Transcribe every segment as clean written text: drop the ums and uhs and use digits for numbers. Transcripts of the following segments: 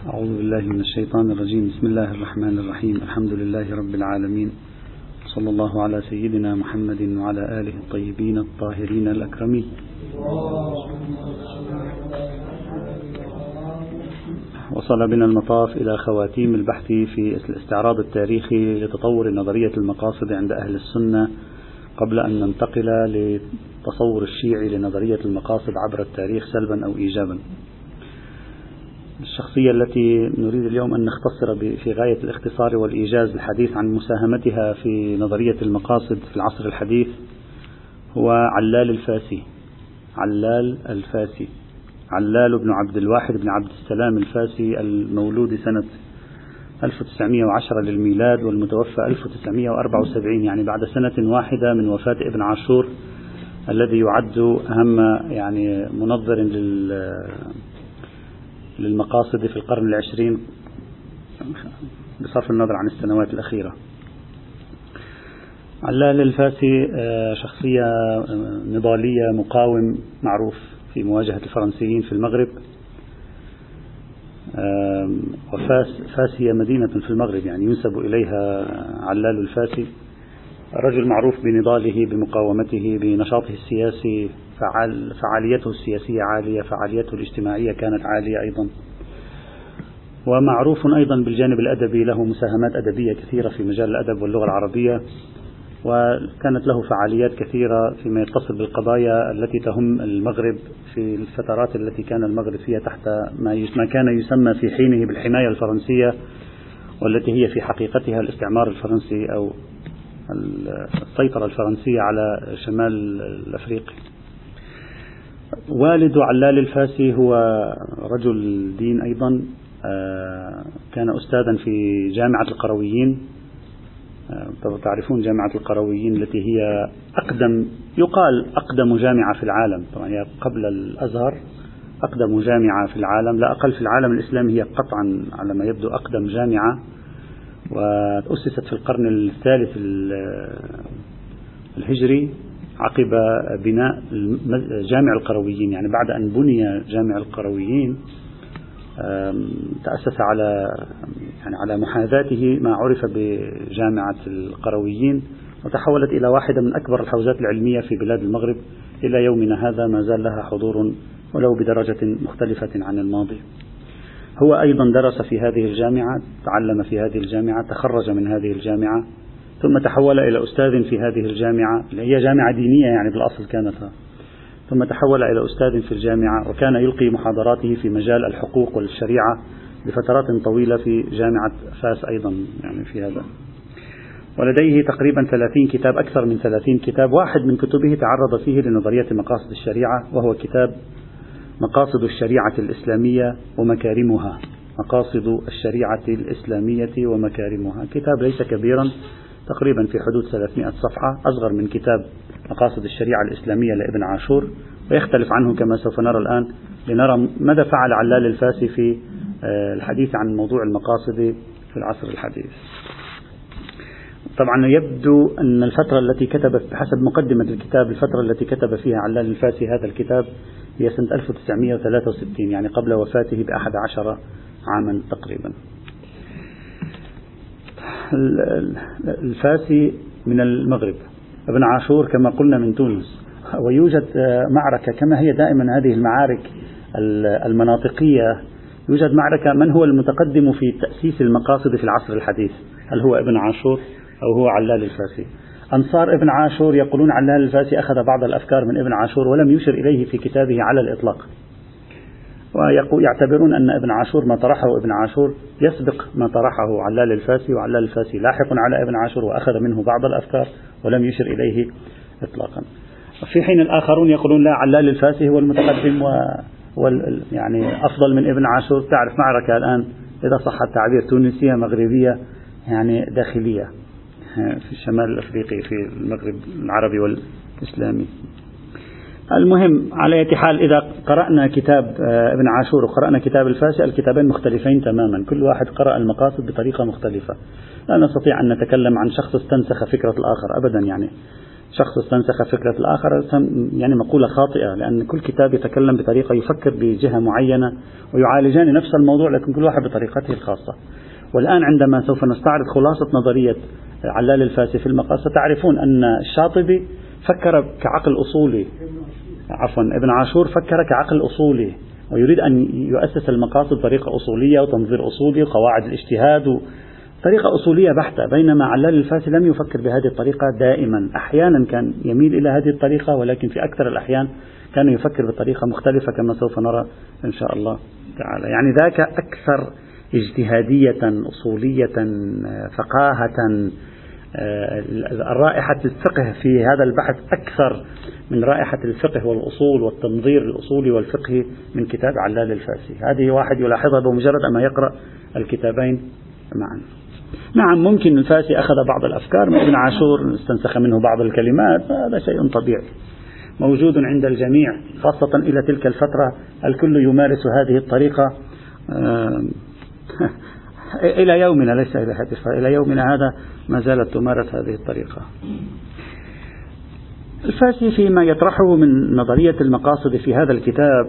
أعوذ بالله من الشيطان الرجيم. بسم الله الرحمن الرحيم. الحمد لله رب العالمين، صلى الله على سيدنا محمد وعلى آله الطيبين الطاهرين الأكرمين. وصل بنا المطاف إلى خواتيم البحث في الاستعراض التاريخي لتطور نظرية المقاصد عند أهل السنة، قبل أن ننتقل لتصور الشيعي لنظرية المقاصد عبر التاريخ سلبا أو إيجابا. الشخصية التي نريد اليوم أن نختصر في غاية الاختصار والإيجاز الحديث عن مساهمتها في نظرية المقاصد في العصر الحديث هو علال الفاسي. علال بن عبد الواحد بن عبد السلام الفاسي، المولود سنة 1910 للميلاد والمتوفى 1974، يعني بعد سنة واحدة من وفاة ابن عاشور الذي يعد أهم منظر للمقاصد في القرن العشرين بصرف النظر عن السنوات الأخيرة. علال الفاسي شخصية نضالية، مقاوم معروف في مواجهة الفرنسيين في المغرب. وفاس هي مدينة في المغرب ينسب إليها علال الفاسي. رجل معروف بنضاله، بمقاومته، بنشاطه السياسي، فعاليته السياسية عالية، فعاليته الاجتماعية كانت عالية أيضا. ومعروف أيضا بالجانب الأدبي، له مساهمات أدبية كثيرة في مجال الأدب واللغة العربية، وكانت له فعاليات كثيرة فيما يتصل بالقضايا التي تهم المغرب في الفترات التي كان المغرب فيها تحت ما كان يسمى في حينه بالحماية الفرنسية، والتي هي في حقيقتها الاستعمار الفرنسي أو السيطرة الفرنسية على شمال الأفريقي. والد علال الفاسي هو رجل دين أيضا، كان أستاذا في جامعة القرويين. تعرفون جامعة القرويين التي هي يقال أقدم جامعة في العالم، طبعا هي قبل الأزهر أقدم جامعة في العالم، لا أقل في العالم الإسلامي، هي قطعا على ما يبدو أقدم جامعة، وتأسست في القرن الثالث الهجري عقب بناء جامع القرويين. بعد أن بني جامع القرويين تأسس على محاذاته ما عرف بجامعة القرويين، وتحولت إلى واحدة من أكبر الحوزات العلمية في بلاد المغرب. إلى يومنا هذا ما زال لها حضور ولو بدرجة مختلفة عن الماضي. هو أيضا درس في هذه الجامعة، تعلم في هذه الجامعة، تخرج من هذه الجامعة، ثم تحول إلى أستاذ في هذه الجامعة، اللي هي جامعة دينية بالأصل كانت، ثم تحول إلى أستاذ في الجامعة، وكان يلقي محاضراته في مجال الحقوق والشريعة لفترات طويلة في جامعة فاس أيضا في هذا. ولديه تقريبا 30 كتاب، أكثر من 30 كتاب. واحد من كتبه تعرض فيه لنظرية مقاصد الشريعة، وهو كتاب مقاصد الشريعة الإسلامية ومكارمها. مقاصد الشريعة الإسلامية ومكارمها، كتاب ليس كبيرا، تقريبا في حدود 300 صفحة، أصغر من كتاب مقاصد الشريعة الإسلامية لابن عاشور، ويختلف عنه كما سوف نرى الآن، لنرى ماذا فعل علال الفاسي في الحديث عن موضوع المقاصد في العصر الحديث. طبعا يبدو أن الفترة التي كتب بحسب مقدمة الكتاب، الفترة التي كتب فيها علال الفاسي هذا الكتاب هي سنة 1963، قبل وفاته ب11 عاما تقريبا. الفاسي من المغرب، ابن عاشور كما قلنا من تونس. ويوجد معركة، كما هي دائما هذه المعارك المناطقية، يوجد معركة من هو المتقدم في تأسيس المقاصد في العصر الحديث، هل هو ابن عاشور أو هو علال الفاسي؟ أنصار ابن عاشور يقولون علال الفاسي أخذ بعض الأفكار من ابن عاشور ولم يشر إليه في كتابه على الإطلاق، ويعتبرون أن ابن عاشور ما طرحه ابن عاشور يسبق ما طرحه علال الفاسي، وعلال الفاسي لاحق على ابن عاشور وأخذ منه بعض الأفكار ولم يشر إليه إطلاقا. في حين الآخرون يقولون لا، علال الفاسي هو المتقدم أفضل من ابن عاشور. تعرف معركة الآن إذا صح التعبير تونسية مغربية داخلية في الشمال الأفريقي، في المغرب العربي والإسلامي. المهم، على أي حال، إذا قرأنا كتاب ابن عاشور وقرأنا كتاب الفاسي، الكتابين مختلفين تماما، كل واحد قرأ المقاصد بطريقة مختلفة. لا نستطيع أن نتكلم عن شخص استنسخ فكرة الآخر أبدا. شخص استنسخ فكرة الآخر، يعني مقولة خاطئة، لأن كل كتاب يتكلم بطريقة يفكر بجهة معينة ويعالجان نفس الموضوع، لكن كل واحد بطريقته الخاصة. والآن عندما سوف نستعرض خلاصة نظرية علال الفاسي في المقاصد، تعرفون أن الشاطبي فكر كعقل أصولي، ابن عاشور فكر كعقل أصولي، ويريد أن يؤسس المقاصد بطريقة أصولية وتنظير أصولي وقواعد الاجتهاد طريقة أصولية بحتة، بينما علال الفاسي لم يفكر بهذه الطريقة دائما. أحيانا كان يميل إلى هذه الطريقة، ولكن في أكثر الأحيان كان يفكر بطريقة مختلفة كما سوف نرى إن شاء الله تعالى. يعني ذاك أكثر اجتهادية أصولية فقاهة، رائحة الفقه في هذا البحث أكثر من رائحة الفقه والأصول والتنظير الأصولي والفقهي من كتاب علال الفاسي. هذه واحد يلاحظها بمجرد ما يقرأ الكتابين معا. نعم، ممكن الفاسي أخذ بعض الأفكار من ابن عاشور، استنسخ منه بعض الكلمات، هذا شيء طبيعي موجود عند الجميع، خاصة إلى تلك الفترة الكل يمارس هذه الطريقة إلى يومنا، ليس إلى هذه الفترة، إلى يومنا هذا ما زالت تمارس هذه الطريقة. الفاسي فيما يطرحه من نظرية المقاصد في هذا الكتاب،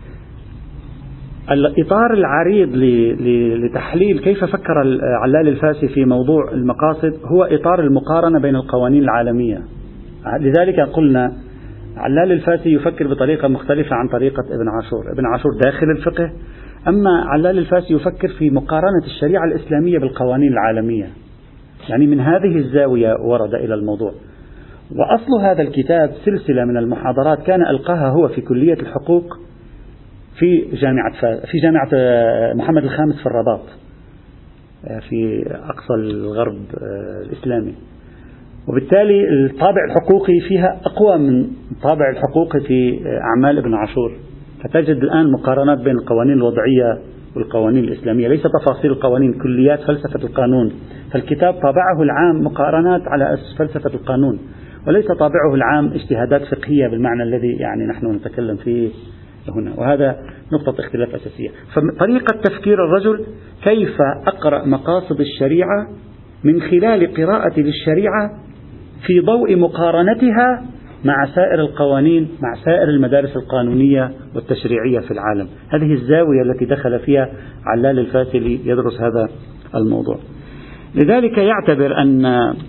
الإطار العريض لتحليل كيف فكر علال الفاسي في موضوع المقاصد هو إطار المقارنة بين القوانين العالمية. لذلك قلنا علال الفاسي يفكر بطريقة مختلفة عن طريقة ابن عاشور. ابن عاشور داخل الفقه، أما علال الفاسي يفكر في مقارنة الشريعة الإسلامية بالقوانين العالمية، يعني من هذه الزاوية ورد إلى الموضوع. وأصل هذا الكتاب سلسلة من المحاضرات كان ألقاها هو في كلية الحقوق في جامعة محمد الخامس في الرباط في أقصى الغرب الإسلامي، وبالتالي الطابع الحقوقي فيها أقوى من الطابع الحقوقي في أعمال ابن عاشور. فتجد الآن مقارنات بين القوانين الوضعية والقوانين الإسلامية، ليس تفاصيل القوانين، كليات فلسفة القانون. فالكتاب طابعه العام مقارنات على أساس فلسفة القانون، وليس طابعه العام اجتهادات فقهية بالمعنى الذي يعني نحن نتكلم فيه هنا، وهذا نقطة اختلاف أساسية. فطريقة تفكير الرجل كيف أقرأ مقاصد الشريعة من خلال قراءة للشريعة في ضوء مقارنتها مع سائر القوانين، مع سائر المدارس القانونية والتشريعية في العالم. هذه الزاوية التي دخل فيها علال الفاسي ليدرس هذا الموضوع. لذلك يعتبر أن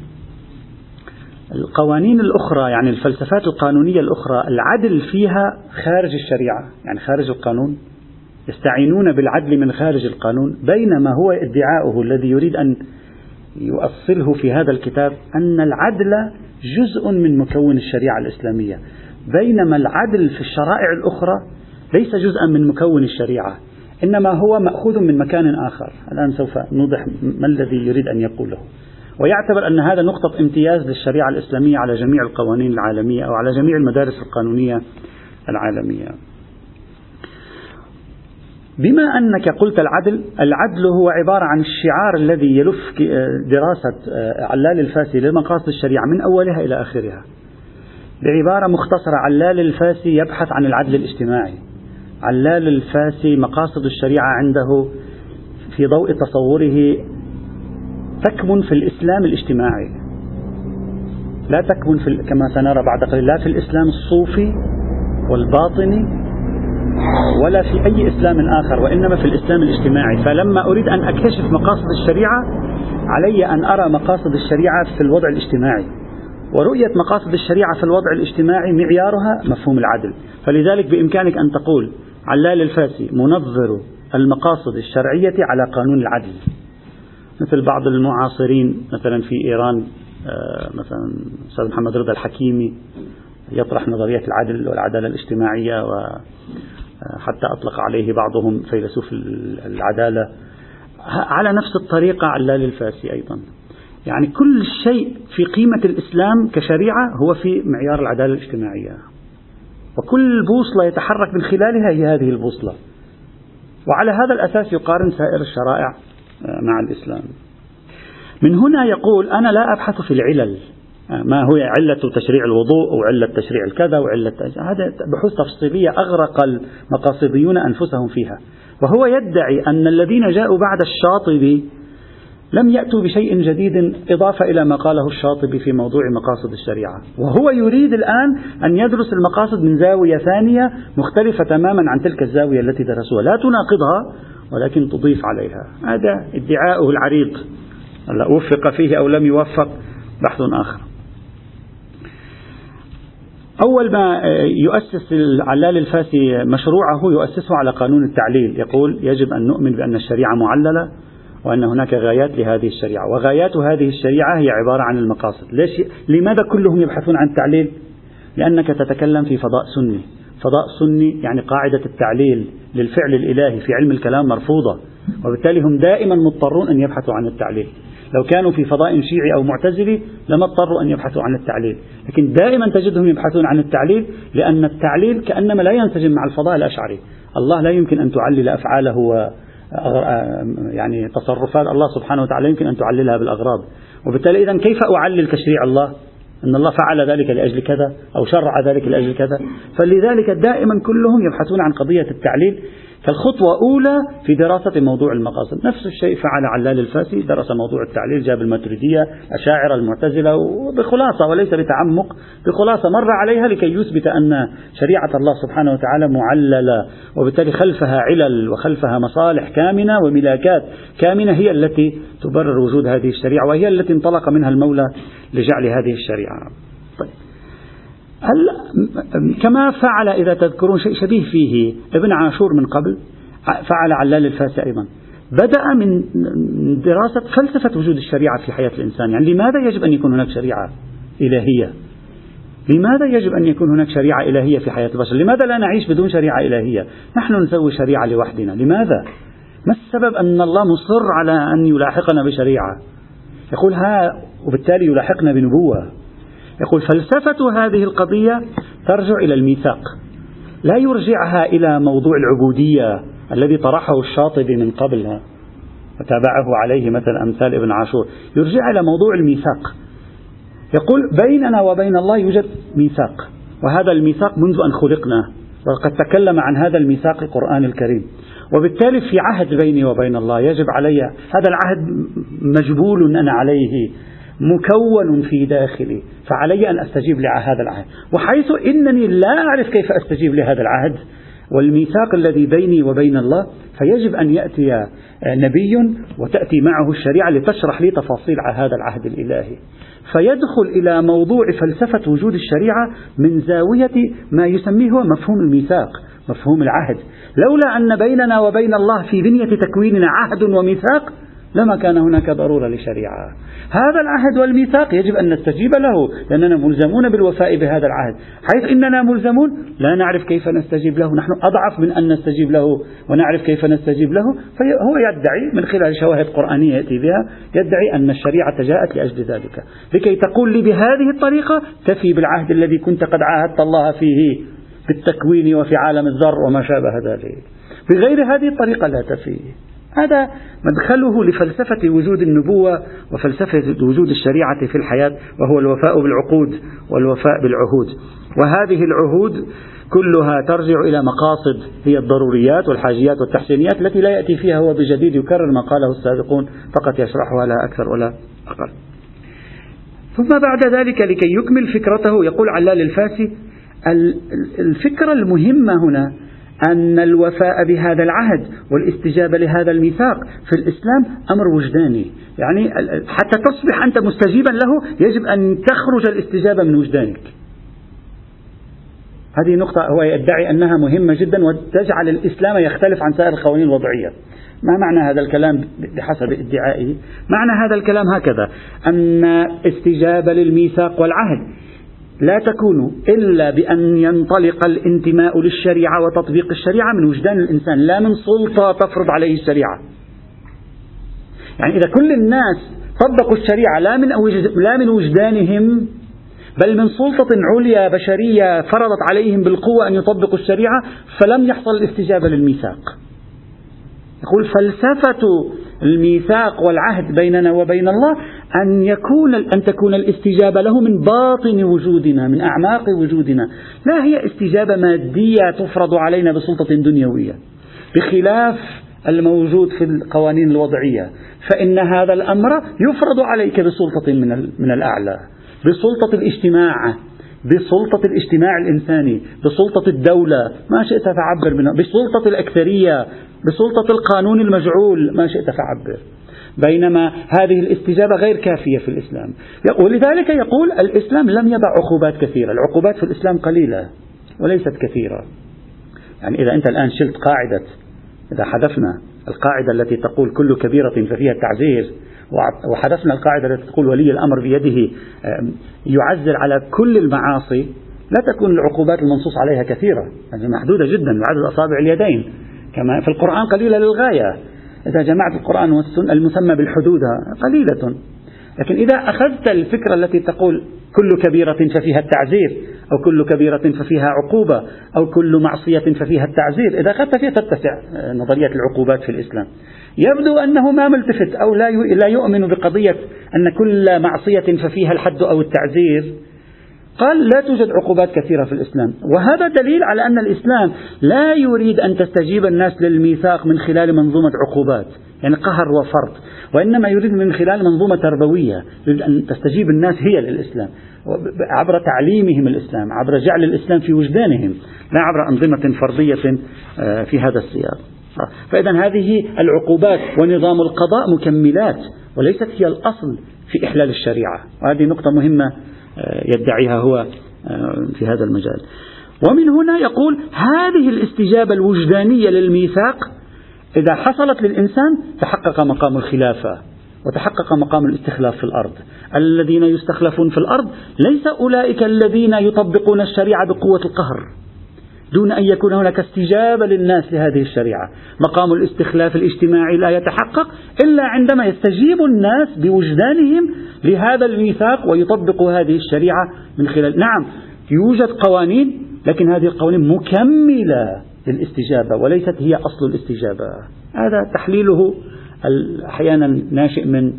القوانين الأخرى، يعني الفلسفات القانونية الأخرى، العدل فيها خارج الشريعة، يعني خارج القانون، يستعينون بالعدل من خارج القانون، بينما هو ادعاؤه الذي يريد أن يؤصله في هذا الكتاب أن العدل جزء من مكون الشريعة الإسلامية، بينما العدل في الشرائع الأخرى ليس جزءا من مكون الشريعة، إنما هو مأخوذ من مكان آخر. الآن سوف نوضح ما الذي يريد أن يقوله. ويعتبر أن هذا نقطة امتياز للشريعة الإسلامية على جميع القوانين العالمية أو على جميع المدارس القانونية العالمية. بما أنك قلت العدل هو عبارة عن الشعار الذي يلف دراسة علال الفاسي لمقاصد الشريعة من أولها إلى آخرها. بعبارة مختصرة، علال الفاسي يبحث عن العدل الاجتماعي. علال الفاسي مقاصد الشريعة عنده في ضوء تصوره تكمن في الإسلام الاجتماعي، لا تكمن كما سنرى بعد قليل لا في الإسلام الصوفي والباطني ولا في أي إسلام آخر، وإنما في الإسلام الاجتماعي. فلما أريد أن أكتشف مقاصد الشريعة علي أن أرى مقاصد الشريعة في الوضع الاجتماعي، ورؤية مقاصد الشريعة في الوضع الاجتماعي معيارها مفهوم العدل. فلذلك بإمكانك أن تقول علال الفاسي منظر المقاصد الشرعية على قانون العدل، مثل بعض المعاصرين مثلا في إيران، مثلا أستاذ محمد رضا الحكيمي يطرح نظرية العدل والعدالة الاجتماعية، وحتى أطلق عليه بعضهم فيلسوف العدالة. على نفس الطريقة علال الفاسي أيضا، يعني كل شيء في قيمة الإسلام كشريعة هو في معيار العدالة الاجتماعية، وكل بوصلة يتحرك من خلالها هي هذه البوصلة، وعلى هذا الأساس يقارن سائر الشرائع مع الإسلام. من هنا يقول أنا لا أبحث في العلل، ما هو علة تشريع الوضوء أو علة تشريع الكذا وعلة هذا بحوث تفصيلية أغرق المقاصديون أنفسهم فيها. وهو يدعي أن الذين جاءوا بعد الشاطبي لم يأتوا بشيء جديد إضافة إلى ما قاله الشاطبي في موضوع مقاصد الشريعة، وهو يريد الآن أن يدرس المقاصد من زاوية ثانية مختلفة تماما عن تلك الزاوية التي درسوها، لا تناقضها ولكن تضيف عليها. هذا ادعاؤه العريق، هلا وفق فيه أو لم يوفق بحث آخر. أول ما يؤسس العلال الفاسي مشروعه يؤسسه على قانون التعليل، يقول يجب أن نؤمن بأن الشريعة معللة وأن هناك غايات لهذه الشريعة، وغايات هذه الشريعة هي عبارة عن المقاصد. لماذا كلهم يبحثون عن التعليل؟ لأنك تتكلم في فضاء سني، فضاء سني يعني قاعدة التعليل للفعل الإلهي في علم الكلام مرفوضة، وبالتالي هم دائما مضطرون أن يبحثوا عن التعليل. لو كانوا في فضاء شيعي أو معتزلي لما اضطروا أن يبحثوا عن التعليل، لكن دائما تجدهم يبحثون عن التعليل، لأن التعليل كأنما لا ينسجم مع الفضاء الأشعري. الله لا يمكن أن تعلل أفعاله يعني تصرفات الله سبحانه وتعالى يمكن أن تعللها بالأغراض، وبالتالي إذن كيف أعلل تشريع الله؟ أن الله فعل ذلك لأجل كذا أو شرع ذلك لأجل كذا. فلذلك دائما كلهم يبحثون عن قضية التعليل كالخطوة أولى في دراسة موضوع المقاصد. نفس الشيء فعل علال الفاسي، درس موضوع التعليل، جاب الماتريدية، أشاعرة، المعتزلة، وبخلاصة وليس بتعمق، بخلاصة مر عليها لكي يثبت أن شريعة الله سبحانه وتعالى معللة، وبالتالي خلفها علل وخلفها مصالح كامنة وملاكات كامنة هي التي تبرر وجود هذه الشريعة، وهي التي انطلق منها المولى لجعل هذه الشريعة. طيب. كما فعل إذا تذكرون شيء شبيه فيه ابن عاشور من قبل، فعل علال الفاسي أيضا، بدأ من دراسة فلسفة وجود الشريعة في حياة الإنسان. يعني لماذا يجب أن يكون هناك شريعة إلهية؟ لماذا يجب أن يكون هناك شريعة إلهية في حياة البشر؟ لماذا لا نعيش بدون شريعة إلهية؟ نحن نسوي شريعة لوحدنا، لماذا؟ ما السبب أن الله مصر على أن يلاحقنا بشريعة؟ يقول وبالتالي يلاحقنا بنبوة. يقول فلسفة هذه القضية ترجع إلى الميثاق، لا يرجعها إلى موضوع العبودية الذي طرحه الشاطبي من قبل وتابعه عليه مثل أمثال ابن عاشور، يرجع إلى موضوع الميثاق. يقول بيننا وبين الله يوجد ميثاق، وهذا الميثاق منذ أن خلقنا، وقد تكلم عن هذا الميثاق القرآن الكريم، وبالتالي في عهد بيني وبين الله يجب علي، هذا العهد مجبول أنا عليه، مكون في داخلي، فعلي أن أستجيب لهذا العهد. وحيث إنني لا أعرف كيف أستجيب لهذا العهد والميثاق الذي بيني وبين الله، فيجب أن يأتي نبي وتأتي معه الشريعة لتشرح لي تفاصيل هذا العهد الإلهي، فيدخل إلى موضوع فلسفة وجود الشريعة من زاوية ما يسميه هو مفهوم الميثاق، مفهوم العهد. لولا أن بيننا وبين الله في بنية تكويننا عهد وميثاق لما كان هناك ضرورة لشريعة. هذا العهد والميثاق يجب أن نستجيب له، لأننا ملزمون بالوفاء بهذا العهد. حيث إننا ملزمون لا نعرف كيف نستجيب له، نحن أضعف من أن نستجيب له ونعرف كيف نستجيب له، فهو يدعي من خلال شواهد قرآنية يأتي بها، يدعي أن الشريعة جاءت لأجل ذلك، لكي تقول لي بهذه الطريقة تفي بالعهد الذي كنت قد عاهدت الله فيه بالتكوين وفي عالم الذر وما شابه ذلك. بغير هذه الطريقة لا تفي. هذا مدخله لفلسفة وجود النبوة وفلسفة وجود الشريعة في الحياة، وهو الوفاء بالعقود والوفاء بالعهود. وهذه العهود كلها ترجع إلى مقاصد هي الضروريات والحاجيات والتحسينيات التي لا يأتي فيها هو بجديد، يكرر ما قاله السابقون فقط يشرحها لا أكثر ولا أقل. ثم بعد ذلك لكي يكمل فكرته يقول علال الفاسي الفكرة المهمة هنا أن الوفاء بهذا العهد والاستجابة لهذا الميثاق في الإسلام أمر وجداني، يعني حتى تصبح أنت مستجيبا له يجب أن تخرج الاستجابة من وجدانك. هذه نقطة هو يدعي أنها مهمة جدا وتجعل الإسلام يختلف عن سائر القوانين الوضعية. ما معنى هذا الكلام بحسب ادعائه؟ معنى هذا الكلام هكذا: أن استجابة للميثاق والعهد لا تكون إلا بأن ينطلق الانتماء للشريعة وتطبيق الشريعة من وجدان الإنسان، لا من سلطة تفرض عليه الشريعة. يعني إذا كل الناس طبقوا الشريعة لا من وجدانهم بل من سلطة عليا بشرية فرضت عليهم بالقوة أن يطبقوا الشريعة، فلم يحصل الاستجابة للميثاق. يقول فلسفة الميثاق والعهد بيننا وبين الله أن تكون الاستجابة له من باطن وجودنا، من أعماق وجودنا، لا هي استجابة مادية تفرض علينا بسلطة دنيوية، بخلاف الموجود في القوانين الوضعية، فإن هذا الأمر يفرض عليك بسلطة من الأعلى، بسلطة الاجتماع، بسلطة الاجتماع الإنساني، بسلطة الدولة، ما شئت فعبر منها، بسلطة الأكثرية، بسلطة القانون المجعول، ما شئت فعبر. بينما هذه الاستجابة غير كافية في الإسلام، ولذلك يقول الإسلام لم يضع عقوبات كثيرة. العقوبات في الإسلام قليلة وليست كثيرة. يعني إذا أنت الآن شلت قاعدة، إذا حذفنا القاعدة التي تقول كل كبيرة ففيها التعزير، وحذفنا القاعدة التي تقول ولي الأمر بيده يعزر على كل المعاصي، لا تكون العقوبات المنصوص عليها كثيرة، يعني محدودة جدا بعدد أصابع اليدين، كما في القرآن قليلة للغاية. إذا جمعت القرآن والسنة المسمى بالحدود قليلة. لكن إذا أخذت الفكرة التي تقول كل كبيرة ففيها التعزير، أو كل كبيرة ففيها عقوبة، أو كل معصية ففيها التعزير، إذا أخذت فيها تتسع نظرية العقوبات في الإسلام. يبدو أنه ما ملتفت أو لا يؤمن بقضية أن كل معصية ففيها الحد أو التعزير. قال لا توجد عقوبات كثيرة في الإسلام، وهذا دليل على أن الإسلام لا يريد أن تستجيب الناس للميثاق من خلال منظومة عقوبات، يعني قهر وفرض، وإنما يريد من خلال منظومة تربوية، يريد أن تستجيب الناس هي للإسلام عبر تعليمهم الإسلام، عبر جعل الإسلام في وجدانهم، لا عبر أنظمة فرضية في هذا السياق. فإذا هذه العقوبات ونظام القضاء مكملات وليست هي الأصل في إحلال الشريعة، وهذه نقطة مهمة يدعيها هو في هذا المجال. ومن هنا يقول هذه الاستجابة الوجدانية للميثاق إذا حصلت للإنسان تحقق مقام الخلافة وتحقق مقام الاستخلاف في الأرض. الذين يستخلفون في الأرض ليس أولئك الذين يطبقون الشريعة بقوة القهر دون أن يكون هناك استجابة للناس لهذه الشريعة. مقام الاستخلاف الاجتماعي لا يتحقق إلا عندما يستجيب الناس بوجدانهم لهذا الميثاق ويطبقوا هذه الشريعة من خلال. نعم يوجد قوانين، لكن هذه القوانين مكملة للاستجابة وليست هي أصل الاستجابة. هذا تحليله أحيانا ناشئ من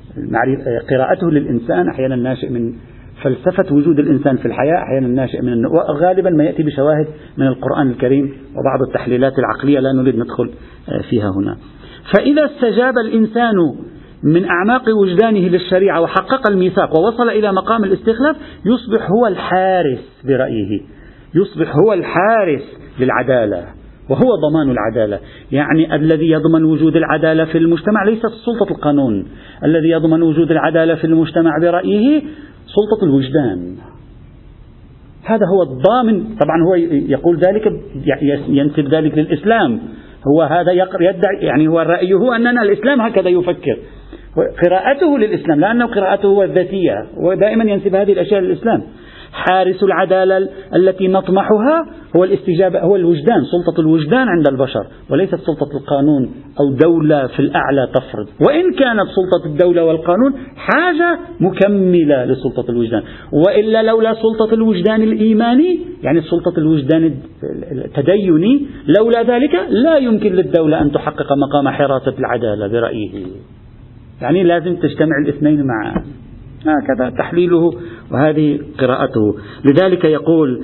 قراءته للإنسان، أحيانا ناشئ من فلسفة وجود الإنسان في الحياة، أحيانا ناشئ من وغالبا ما يأتي بشواهد من القرآن الكريم وبعض التحليلات العقلية لا نريد ندخل فيها هنا. فإذا استجاب الإنسان من أعماق وجدانه للشريعة وحقق الميثاق ووصل إلى مقام الاستخلاف يصبح هو الحارس برأيه، يصبح هو الحارس للعدالة وهو ضمان العدالة. يعني الذي يضمن وجود العدالة في المجتمع ليست سلطة القانون، الذي يضمن وجود العدالة في المجتمع برأيه سلطة الوجدان. هذا هو الضامن. طبعا هو يقول ذلك، ينسب ذلك للإسلام، هو هذا يدعي، يعني هو رأيه أننا الإسلام هكذا يفكر، قراءته للإسلام، لأنه قراءته هو الذاتية، ودائما ينسب هذه الأشياء للإسلام. حارس العدالة التي نطمحها هو الاستجابة، هو الوجدان، سلطة الوجدان عند البشر، وليست سلطة القانون أو دولة في الأعلى تفرض، وإن كانت سلطة الدولة والقانون حاجة مكملة لسلطة الوجدان. وإلا لولا سلطة الوجدان الإيماني، يعني سلطة الوجدان التديني، لولا ذلك لا يمكن للدولة أن تحقق مقام حراسة العدالة برأيه. يعني لازم تجتمع الاثنين معا. هكذا تحليله وهذه قراءته. لذلك يقول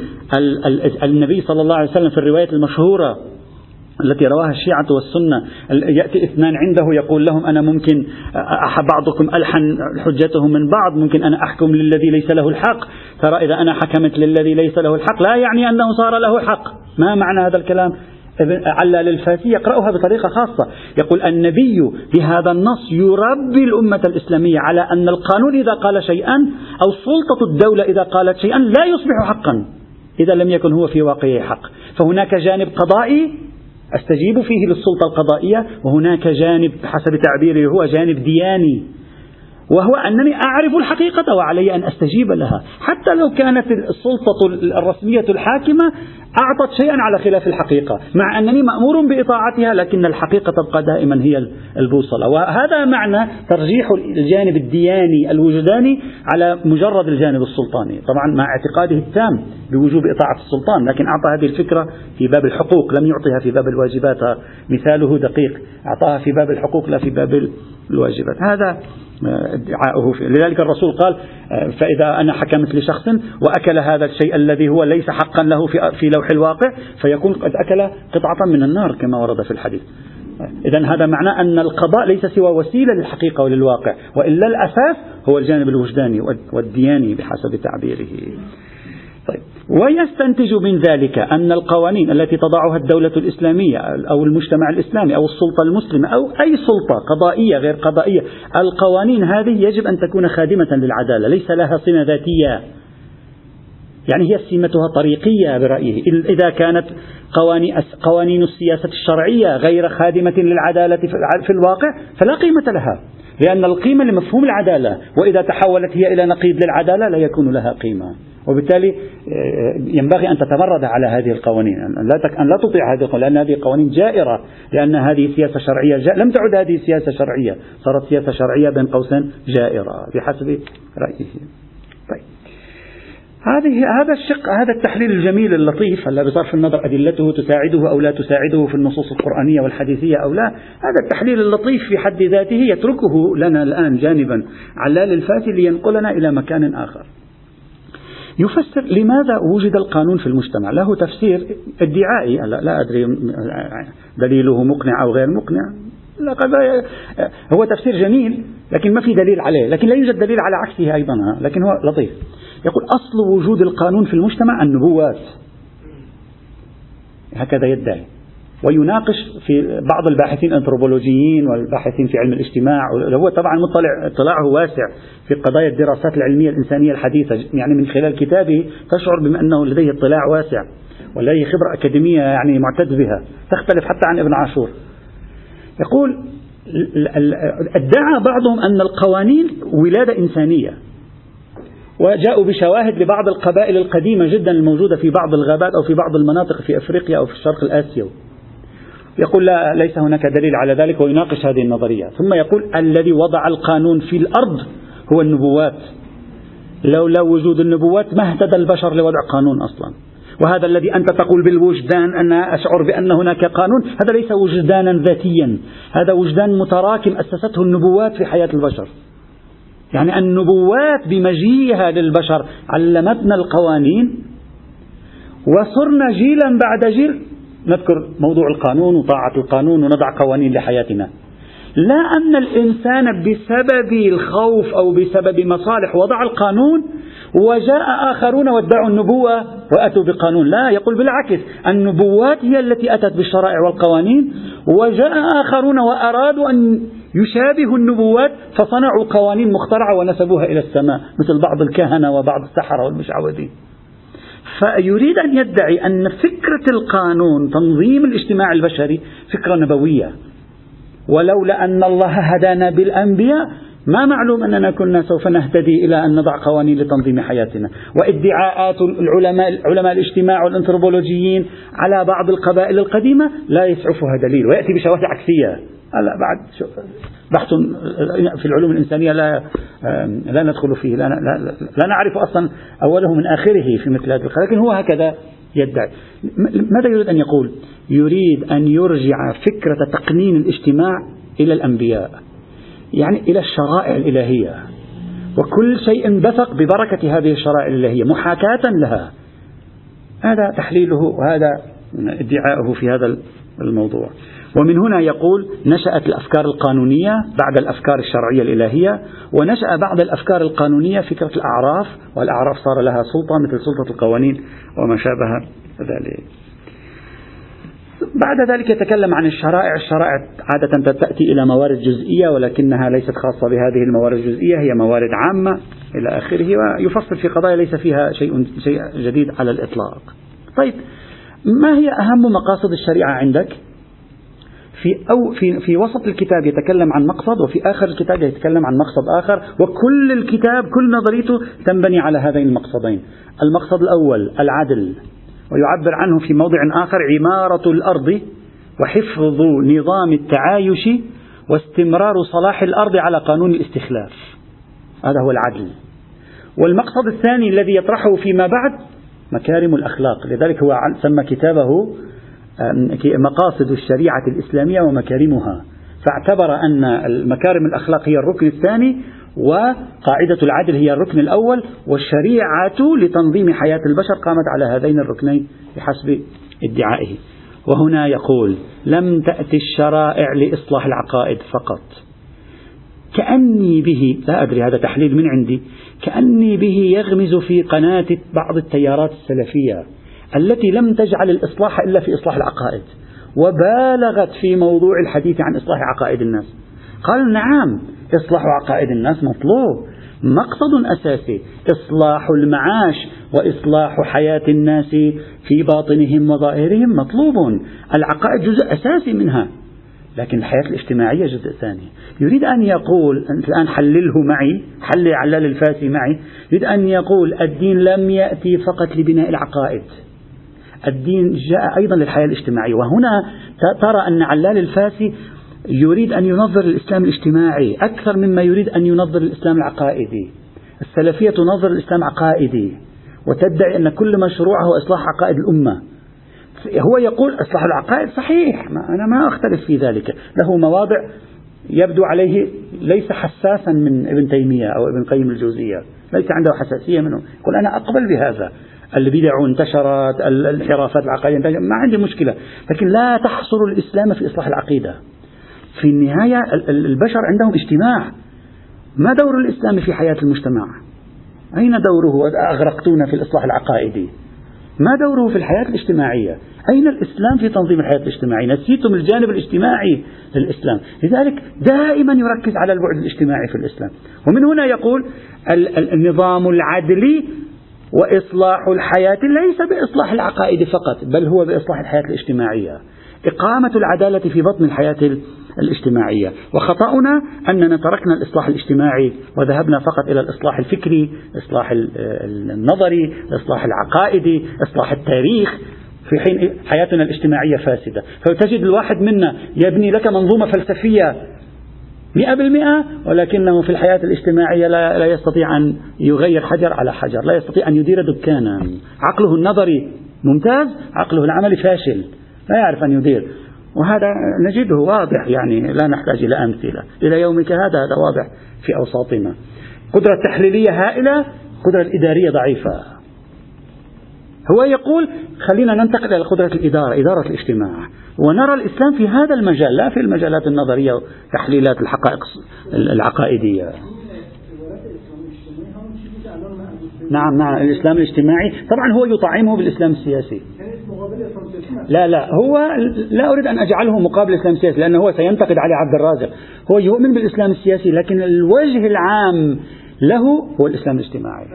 النبي صلى الله عليه وسلم في الرواية المشهورة التي رواها الشيعة والسنة، يأتي اثنان عنده يقول لهم أنا ممكن بعضكم ألحن حجته من بعض، ممكن أنا أحكم للذي ليس له الحق، ترى إذا أنا حكمت للذي ليس له الحق لا يعني أنه صار له حق. ما معنى هذا الكلام؟ علال الفاسي يقرأها بطريقة خاصة، يقول النبي بهذا النص يربي الأمة الإسلامية على أن القانون إذا قال شيئا أو سلطة الدولة إذا قالت شيئا لا يصبح حقا إذا لم يكن هو في واقعه حق. فهناك جانب قضائي أستجيب فيه للسلطة القضائية، وهناك جانب حسب تعبيره هو جانب دياني، وهو أنني أعرف الحقيقة وعلي أن أستجيب لها، حتى لو كانت السلطة الرسمية الحاكمة أعطت شيئا على خلاف الحقيقة، مع أنني مأمور بإطاعتها، لكن الحقيقة تبقى دائما هي البوصلة. وهذا معنى ترجيح الجانب الدياني الوجداني على مجرد الجانب السلطاني، طبعا مع اعتقاده التام بوجوب إطاعة السلطان، لكن أعطى هذه الفكرة في باب الحقوق، لم يعطيها في باب الواجبات. مثاله دقيق، أعطاها في باب الحقوق لا في باب الواجبات. هذا ادعاؤه فيه. لذلك الرسول قال فإذا أنا حكمت لشخص وأكل هذا الشيء الذي هو ليس حقا له في لوح الواقع فيكون قد أكل قطعة من النار كما ورد في الحديث. إذن هذا معناه أن القضاء ليس سوى وسيلة للحقيقة وللواقع، وإلا الأساس هو الجانب الوجداني والدياني بحسب تعبيره. طيب، ويستنتج من ذلك أن القوانين التي تضعها الدولة الإسلامية أو المجتمع الإسلامي أو السلطة المسلمة أو أي سلطة قضائية غير قضائية، القوانين هذه يجب أن تكون خادمة للعدالة، ليس لها صمة ذاتية، يعني هي سمتها طريقية برأيه. إذا كانت قوانين السياسة الشرعية غير خادمة للعدالة في الواقع فلا قيمة لها، لأن القيمة لمفهوم العدالة، وإذا تحولت هي إلى نقيض للعدالة لا يكون لها قيمة، وبالتالي ينبغي أن تتمرد على هذه القوانين، أن لا تطيع هذه القوانين، لأن هذه قوانين جائرة، لأن هذه سياسة شرعية لم تعد هذه سياسة شرعية، صارت سياسة شرعية بين قوسين جائرة بحسب رأيه. طيب، هذا الشق، هذا التحليل الجميل اللطيف، هلا بصرف النظر أدلته تساعده أو لا تساعده في النصوص القرآنية والحديثية أو لا، هذا التحليل اللطيف في حد ذاته يتركه لنا الآن جانبا علال الفاتي لينقلنا إلى مكان آخر. يفسر لماذا وجد القانون في المجتمع، له تفسير ادعائي، لا أدري دليله مقنع أو غير مقنع، هو تفسير جميل لكن ما في دليل عليه، لكن لا يوجد دليل على عكسه أيضا، لكن هو لطيف. يقول أصل وجود القانون في المجتمع النبوات، هكذا يدعي، ويناقش في بعض الباحثين الأنثروبولوجيين والباحثين في علم الاجتماع، وهو طبعا اطلاعه واسع في قضايا الدراسات العلمية الإنسانية الحديثة، يعني من خلال كتابه تشعر بما أنه لديه اطلاع واسع ولديه خبرة أكاديمية يعني معتز بها، تختلف حتى عن ابن عاشور. يقول ادعى بعضهم أن القوانين ولادة إنسانية، وجاءوا بشواهد لبعض القبائل القديمة جدا الموجودة في بعض الغابات أو في بعض المناطق في أفريقيا أو في الشرق الآسيوي. يقول لا، ليس هناك دليل على ذلك، ويناقش هذه النظرية. ثم يقول الذي وضع القانون في الأرض هو النبوات، لولا وجود النبوات ما اهتدى البشر لوضع قانون أصلا. وهذا الذي أنت تقول بالوجدان، أنا أشعر بأن هناك قانون، هذا ليس وجدانا ذاتيا، هذا وجدان متراكم أسسته النبوات في حياة البشر. يعني النبوات بمجيئها للبشر علمتنا القوانين، وصرنا جيلا بعد جيل نذكر موضوع القانون وطاعة القانون ونضع قوانين لحياتنا. لا أن الإنسان بسبب الخوف أو بسبب مصالح وضع القانون، وجاء آخرون وادعوا النبوة وأتوا بقانون. لا، يقول بالعكس، النبوات هي التي أتت بالشرائع والقوانين، وجاء آخرون وأرادوا أن يشابهوا النبوات فصنعوا قوانين مخترعة ونسبوها إلى السماء، مثل بعض الكهنة وبعض السحرة والمشعوذين. فيريد أن يدعي أن فكرة القانون، تنظيم الاجتماع البشري، فكرة نبوية، ولولا أن الله هدانا بالأنبياء ما معلوم أننا كنا سوف نهتدي إلى أن نضع قوانين لتنظيم حياتنا. وادعاءات علماء الاجتماع والأنثروبولوجيين على بعض القبائل القديمة لا يسعفها دليل، ويأتي بشواهد عكسية. هلا بعد بحث في العلوم الإنسانية لا ندخل فيه، لا نعرف أصلا أوله من آخره في مثل هذا، لكن هو هكذا يدعي. ماذا يريد أن يقول؟ يريد أن يرجع فكرة تقنين الاجتماع إلى الأنبياء، يعني إلى الشرائع الإلهية، وكل شيء بثق ببركة هذه الشرائع الإلهية محاكاة لها. هذا تحليله وهذا ادعاؤه في هذا الموضوع. ومن هنا يقول نشأت الأفكار القانونية بعد الأفكار الشرعية الإلهية، ونشأ بعد الأفكار القانونية فكرة الأعراف، والأعراف صار لها سلطة مثل سلطة القوانين وما شابه ذلك. بعد ذلك يتكلم عن الشرائع. الشرائع عادة تأتي إلى موارد جزئية، ولكنها ليست خاصة بهذه الموارد الجزئية، هي موارد عامة إلى آخره، ويفصل في قضايا ليس فيها شيء جديد على الإطلاق. طيب، ما هي أهم مقاصد الشريعة عندك؟ في وسط الكتاب يتكلم عن مقصد، وفي آخر الكتاب يتكلم عن مقصد آخر، وكل الكتاب كل نظريته تنبني على هذين المقصدين. المقصد الأول العدل، ويعبر عنه في موضع آخر عمارة الأرض وحفظ نظام التعايش واستمرار صلاح الأرض على قانون الاستخلاف، هذا هو العدل. والمقصد الثاني الذي يطرحه فيما بعد مكارم الأخلاق، لذلك هو سمى كتابه مقاصد الشريعة الإسلامية ومكارمها، فاعتبر أن المكارم الأخلاق هي الركن الثاني، وقاعدة العدل هي الركن الأول، والشريعة لتنظيم حياة البشر قامت على هذين الركنين بحسب ادعائه. وهنا يقول لم تأتي الشرائع لإصلاح العقائد فقط، كأني به، لا أدري هذا تحليل من عندي، كأني به يغمز في قناة بعض التيارات السلفية التي لم تجعل الإصلاح إلا في إصلاح العقائد، وبالغت في موضوع الحديث عن إصلاح عقائد الناس. قال نعم، إصلاح عقائد الناس مطلوب، مقصد أساسي، إصلاح المعاش وإصلاح حياة الناس في باطنهم وظاهرهم مطلوب، العقائد جزء أساسي منها، لكن الحياة الاجتماعية جزء ثاني. يريد أن يقول، أنت الآن حلله معي، حلل علال الفاسي معي، يريد أن يقول الدين لم يأتي فقط لبناء العقائد، الدين جاء أيضا للحياة الاجتماعية. وهنا ترى أن علال الفاسي يريد أن ينظر الإسلام الاجتماعي أكثر مما يريد أن ينظر الإسلام العقائدي. السلفية تنظر الإسلام عقائدي وتدعي أن كل مشروعه هو إصلاح عقائد الأمة. هو يقول إصلاح العقائد صحيح، أنا ما أختلف في ذلك، له مواضع يبدو عليه ليس حساسا من ابن تيمية أو ابن قيم الجوزية، ليس عنده حساسية منه، يقول أنا أقبل بهذا، البدع انتشرت، الانحرافات العقائدية انتشرت، ما عندي مشكلة، لكن لا تحصر الإسلام في إصلاح العقيدة. في النهاية البشر عندهم اجتماع، ما دور الإسلام في حياة المجتمع؟ أين دوره؟ أغرقتونا في الإصلاح العقائدي. ما دوره في الحياة الاجتماعية؟ أين الإسلام في تنظيم الحياة الاجتماعية؟ نسيتم الجانب الاجتماعي للإسلام. لذلك دائما يركز على البعد الاجتماعي في الإسلام. ومن هنا يقول النظام العدلي وإصلاح الحياة ليس بإصلاح العقائد فقط، بل هو بإصلاح الحياة الاجتماعية، إقامة العدالة في بطن الحياة الاجتماعية. وخطأنا أننا تركنا الإصلاح الاجتماعي وذهبنا فقط إلى الإصلاح الفكري، الإصلاح النظري، الإصلاح العقائدي، إصلاح التاريخ، في حين حياتنا الاجتماعية فاسدة. فتجد الواحد منا يبني لك منظومة فلسفية 100%، ولكنه في الحياة الاجتماعية لا يستطيع أن يغير حجر على حجر، لا يستطيع أن يدير دكانا. عقله النظري ممتاز، عقله العملي فاشل، لا يعرف أن يدير. وهذا نجده واضح، يعني لا نحتاج إلى أمثلة، إلى يومك هذا واضح في أوساطنا. قدرة تحليلية هائلة، قدرة إدارية ضعيفة. هو يقول خلينا ننتقل إلى قدرة الإدارة، إدارة الاجتماع، ونرى الإسلام في هذا المجال، لا في المجالات النظرية وتحليلات الحقائق العقائدية. نعم الإسلام الاجتماعي طبعا هو يطعمه بالإسلام السياسي. لا هو لا أريد أن أجعله مقابل الإسلام السياسي، لأنه هو سينتقد علي عبد الرازق. هو يؤمن بالإسلام السياسي، لكن الوجه العام له هو الإسلام الاجتماعي.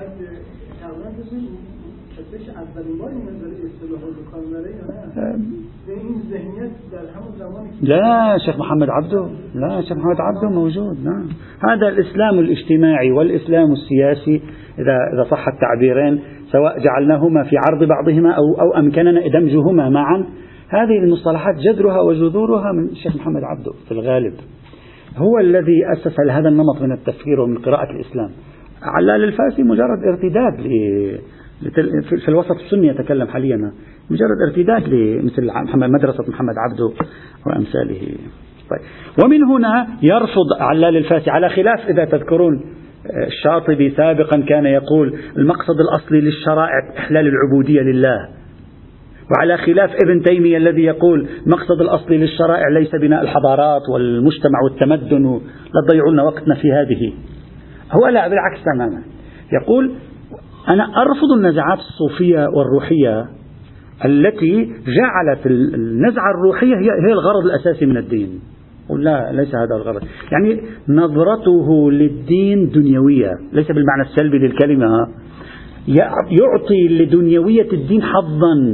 لا شيخ محمد عبده موجود. نعم، هذا الإسلام الاجتماعي والإسلام السياسي إذا صح التعبيرين، سواء جعلناهما في عرض بعضهما أو أمكننا دمجهما معا، هذه المصطلحات جذرها وجذورها من الشيخ محمد عبده في الغالب. هو الذي أسس هذا النمط من التفكير ومن قراءة الإسلام. علال الفاسي مجرد ارتداد في الوسط السني يتكلم حاليا، مجرد ارتداد لمثل مدرسة محمد عبده وأمثاله. طيب. ومن هنا يرفض علال الفاسي، على خلاف إذا تذكرون الشاطبي سابقا كان يقول المقصد الأصلي للشرائع إحلال العبودية لله، وعلى خلاف ابن تيمية الذي يقول المقصد الأصلي للشرائع ليس بناء الحضارات والمجتمع والتمدن، لا تضيعوا لنا وقتنا في هذه. هو لا، بالعكس تماما، يقول أنا أرفض النزعات الصوفية والروحية التي جعلت النزعة الروحية هي الغرض الأساسي من الدين. لا، ليس هذا الغرض، يعني نظرته للدين دنيوية، ليس بالمعنى السلبي للكلمة، يعطي لدنيوية الدين حظا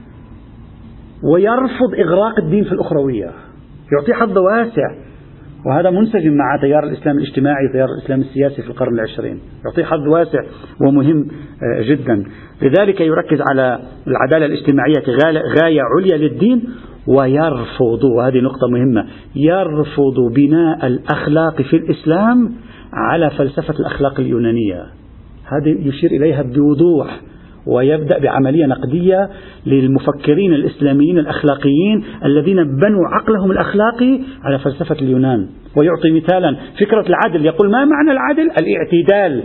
ويرفض إغراق الدين في الأخروية، يعطي حظ واسع، وهذا منسجم مع تيار الإسلام الاجتماعي وتيار الإسلام السياسي في القرن العشرين، يعطي حظ واسع ومهم جدا. لذلك يركز على العدالة الاجتماعية غاية عليا للدين، ويرفض، وهذه نقطة مهمة، يرفض بناء الأخلاق في الإسلام على فلسفة الأخلاق اليونانية. هذه يشير إليها بوضوح، ويبدأ بعملية نقدية للمفكرين الإسلاميين الأخلاقيين الذين بنوا عقلهم الأخلاقي على فلسفة اليونان. ويعطي مثالا فكرة العدل، يقول ما معنى العدل؟ الاعتدال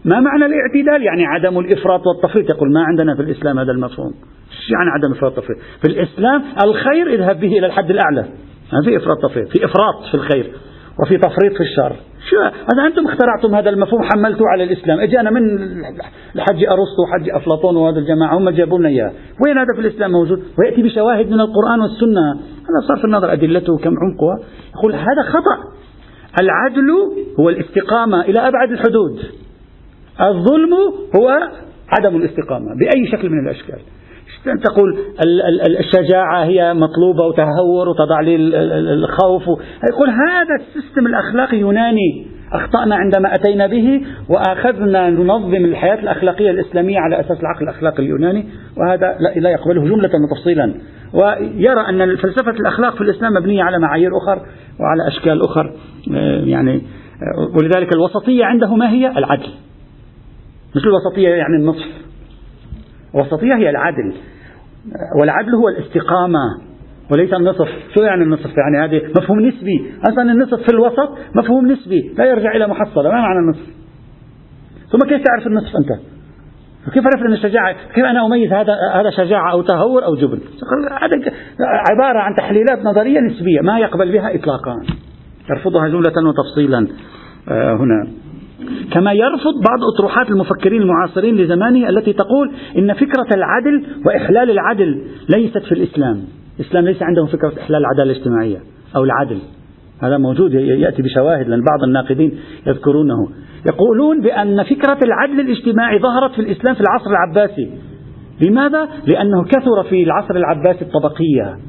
ما معنى الاعتدال؟ يعني عدم الإفراط والتفريط. يقول ما عندنا في الإسلام هذا المفهوم. شو يعني عدم الإفراط والتفريط؟ في الإسلام الخير اذهب به إلى الحد الأعلى، ما في إفراط تفريط، في إفراط في الخير وفي تفريط في الشر. شو هذا؟ أنتم اخترعتم هذا المفهوم، حملتوه على الإسلام. أنا من الحج أرسطو وحج أفلاطون وهذا الجماعة هم جابوا لنا إياه. وين هذا في الإسلام موجود؟ ويأتي بشواهد من القرآن والسنة. هذا صرف النظر أدلته كم عمقها. يقول هذا خطأ. العدل هو الاستقامة إلى أبعد الحدود، الظلم هو عدم الاستقامة بأي شكل من الأشكال. تقول الشجاعة هي مطلوبة وتهور وتضع لي الخوف. يقول هذا السيستم الأخلاقي يوناني، أخطأنا عندما أتينا به وأخذنا ننظم الحياة الأخلاقية الإسلامية على أساس العقل الأخلاقي اليوناني، وهذا لا يقبله جملة وتفصيلا، ويرى أن فلسفة الأخلاق في الإسلام مبنية على معايير أخرى وعلى أشكال أخرى. يعني ولذلك الوسطية عنده ما هي؟ العدل. مش الوسطية يعني النصف، الوسطية هي العدل، والعدل هو الاستقامة وليس النصف. شو يعني النصف؟ يعني هذا مفهوم نسبي. أصلا النصف في الوسط مفهوم نسبي لا يرجع إلى محصلة. ما معنى النصف؟ ثم كيف تعرف النصف أنت؟ كيف عرفت أن الشجاعة؟ كيف أنا أميز هذا شجاعة أو تهور أو جبن؟ هذا عبارة عن تحليلات نظرية نسبية ما يقبل بها إطلاقا، يرفضها جملة وتفصيلا هنا. كما يرفض بعض أطروحات المفكرين المعاصرين لزمانه التي تقول إن فكرة العدل وإحلال العدل ليست في الإسلام. الإسلام ليس عنده فكرة إحلال العدالة الاجتماعية أو العدل. هذا موجود يأتي بشواهد، لأن بعض الناقدين يذكرونه. يقولون بأن فكرة العدل الاجتماعي ظهرت في الإسلام في العصر العباسي. لماذا؟ لأنه كثر في العصر العباسي الطبقية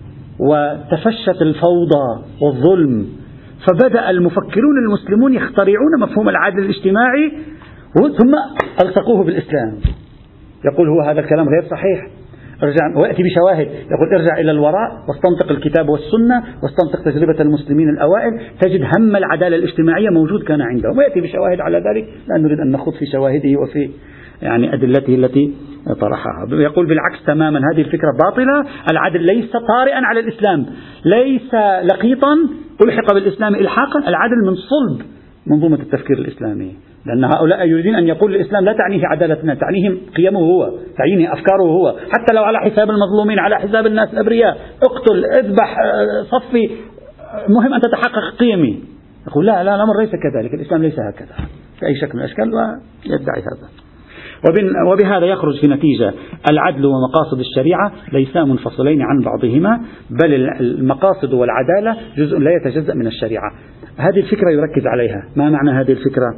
وتفشت الفوضى والظلم، فبدأ المفكرون المسلمون يخترعون مفهوم العدل الاجتماعي ثم ألصقوه بالإسلام. يقول هو هذا الكلام غير صحيح، ارجع ويأتي بشواهد. يقول ارجع إلى الوراء واستنطق الكتاب والسنة واستنطق تجربة المسلمين الأوائل، تجد هم العدالة الاجتماعية موجود كان عندهم، ويأتي بشواهد على ذلك. لا نريد أن نخوض في شواهده وفي يعني أدلته التي طرحها. يقول بالعكس تماما، هذه الفكرة باطلة. العدل ليس طارئا على الإسلام، ليس لقيطا ألحق بالإسلام إلحاقا. العدل من صلب منظومة التفكير الإسلامي، لأن هؤلاء يريدون أن يقول الإسلام لا تعنيه عدالتنا، تعنيه قيمه هو، تعنيه أفكاره هو، حتى لو على حساب المظلومين، على حساب الناس الأبرياء، اقتل، اذبح، صفي، مهم أن تتحقق قيمي. يقول لا الأمر ليس كذلك، الإسلام ليس هكذا في أي شكل من الأشكال، ويدعي هذا. وبهذا يخرج في نتيجة العدل ومقاصد الشريعة ليسا منفصلين عن بعضهما، بل المقاصد والعدالة جزء لا يتجزأ من الشريعة. هذه الفكرة يركز عليها. ما معنى هذه الفكرة؟